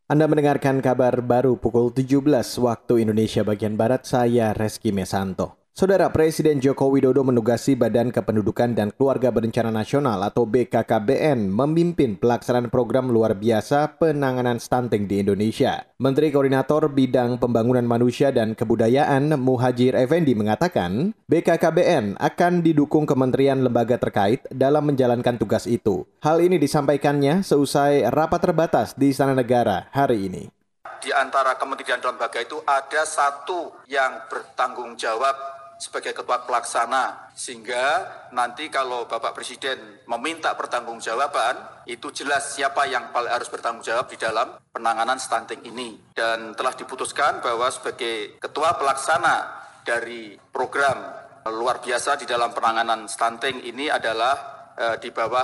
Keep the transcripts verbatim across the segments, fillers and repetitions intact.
Anda mendengarkan kabar baru pukul tujuh belas waktu Indonesia bagian Barat, saya Reski Mesanto. Saudara Presiden Joko Widodo menugasi Badan Kependudukan dan Keluarga Berencana Nasional atau B K K B N memimpin pelaksanaan program luar biasa penanganan stunting di Indonesia. Menteri Koordinator Bidang Pembangunan Manusia dan Kebudayaan Muhadjir Effendi mengatakan B K K B N akan didukung kementerian lembaga terkait dalam menjalankan tugas itu. Hal ini disampaikannya seusai rapat terbatas di Istana Negara hari ini. Di antara kementerian dan lembaga itu ada satu yang bertanggung jawab sebagai ketua pelaksana, sehingga nanti kalau Bapak Presiden meminta pertanggungjawaban, itu jelas siapa yang harus bertanggung jawab di dalam penanganan stunting ini. Dan telah diputuskan bahwa sebagai ketua pelaksana dari program luar biasa di dalam penanganan stunting ini adalah eh, di bawah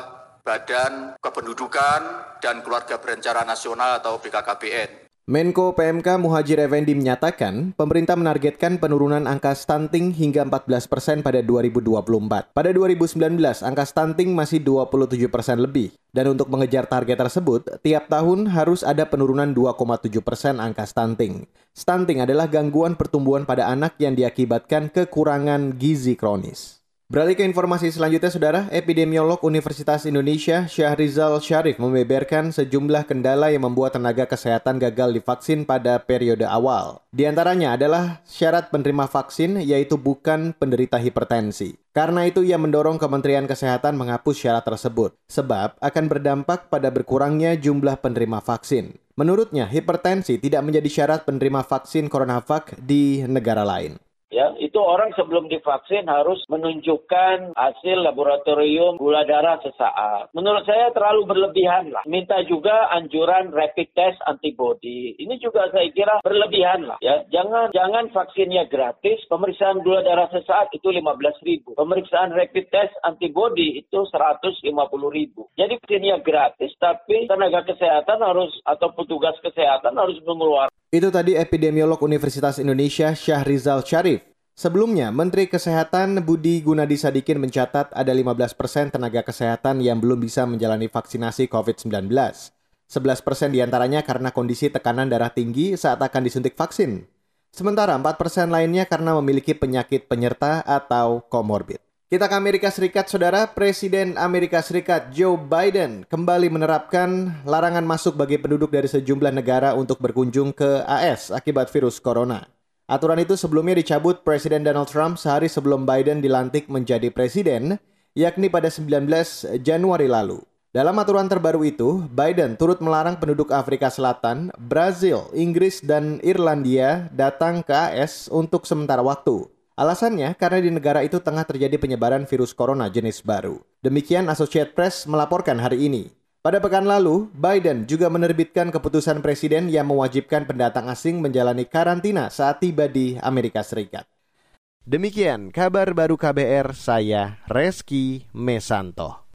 Badan Kependudukan dan Keluarga Berencana Nasional atau B K K B N. Menko P M K Muhadjir Effendi menyatakan pemerintah menargetkan penurunan angka stunting hingga empat belas persen pada dua ribu dua puluh empat. Pada dua ribu sembilan belas, angka stunting masih dua puluh tujuh persen lebih. Dan untuk mengejar target tersebut, tiap tahun harus ada penurunan dua koma tujuh persen angka stunting. Stunting adalah gangguan pertumbuhan pada anak yang diakibatkan kekurangan gizi kronis. Beralih ke informasi selanjutnya, Saudara, epidemiolog Universitas Indonesia Syahrizal Syarif membeberkan sejumlah kendala yang membuat tenaga kesehatan gagal divaksin pada periode awal. Di antaranya adalah syarat penerima vaksin, yaitu bukan penderita hipertensi. Karena itu, ia mendorong Kementerian Kesehatan menghapus syarat tersebut, sebab akan berdampak pada berkurangnya jumlah penerima vaksin. Menurutnya, hipertensi tidak menjadi syarat penerima vaksin CoronaVac di negara lain. Ya, itu orang sebelum divaksin harus menunjukkan hasil laboratorium gula darah sesaat. Menurut saya terlalu berlebihan lah. Minta juga anjuran rapid test antibody. Ini juga saya kira berlebihan lah. Ya, jangan jangan vaksinnya gratis. Pemeriksaan gula darah sesaat itu lima belas ribu. Pemeriksaan rapid test antibody itu seratus lima puluh ribu. Jadi vaksinnya gratis, tapi tenaga kesehatan harus atau petugas kesehatan harus mengeluarkan. Itu tadi epidemiolog Universitas Indonesia Syahrizal Syarif. Sebelumnya, Menteri Kesehatan Budi Gunadi Sadikin mencatat ada lima belas persen tenaga kesehatan yang belum bisa menjalani vaksinasi covid sembilan belas. sebelas persen diantaranya karena kondisi tekanan darah tinggi saat akan disuntik vaksin. Sementara empat persen lainnya karena memiliki penyakit penyerta atau komorbid. Kita ke Amerika Serikat, Saudara. Presiden Amerika Serikat Joe Biden kembali menerapkan larangan masuk bagi penduduk dari sejumlah negara untuk berkunjung ke A S akibat virus corona. Aturan itu sebelumnya dicabut Presiden Donald Trump sehari sebelum Biden dilantik menjadi presiden, yakni pada sembilan belas Januari lalu. Dalam aturan terbaru itu, Biden turut melarang penduduk Afrika Selatan, Brazil, Inggris, dan Irlandia datang ke A S untuk sementara waktu. Alasannya karena di negara itu tengah terjadi penyebaran virus corona jenis baru. Demikian Associated Press melaporkan hari ini. Pada pekan lalu, Biden juga menerbitkan keputusan presiden yang mewajibkan pendatang asing menjalani karantina saat tiba di Amerika Serikat. Demikian kabar baru K B R, saya Reski Mesanto.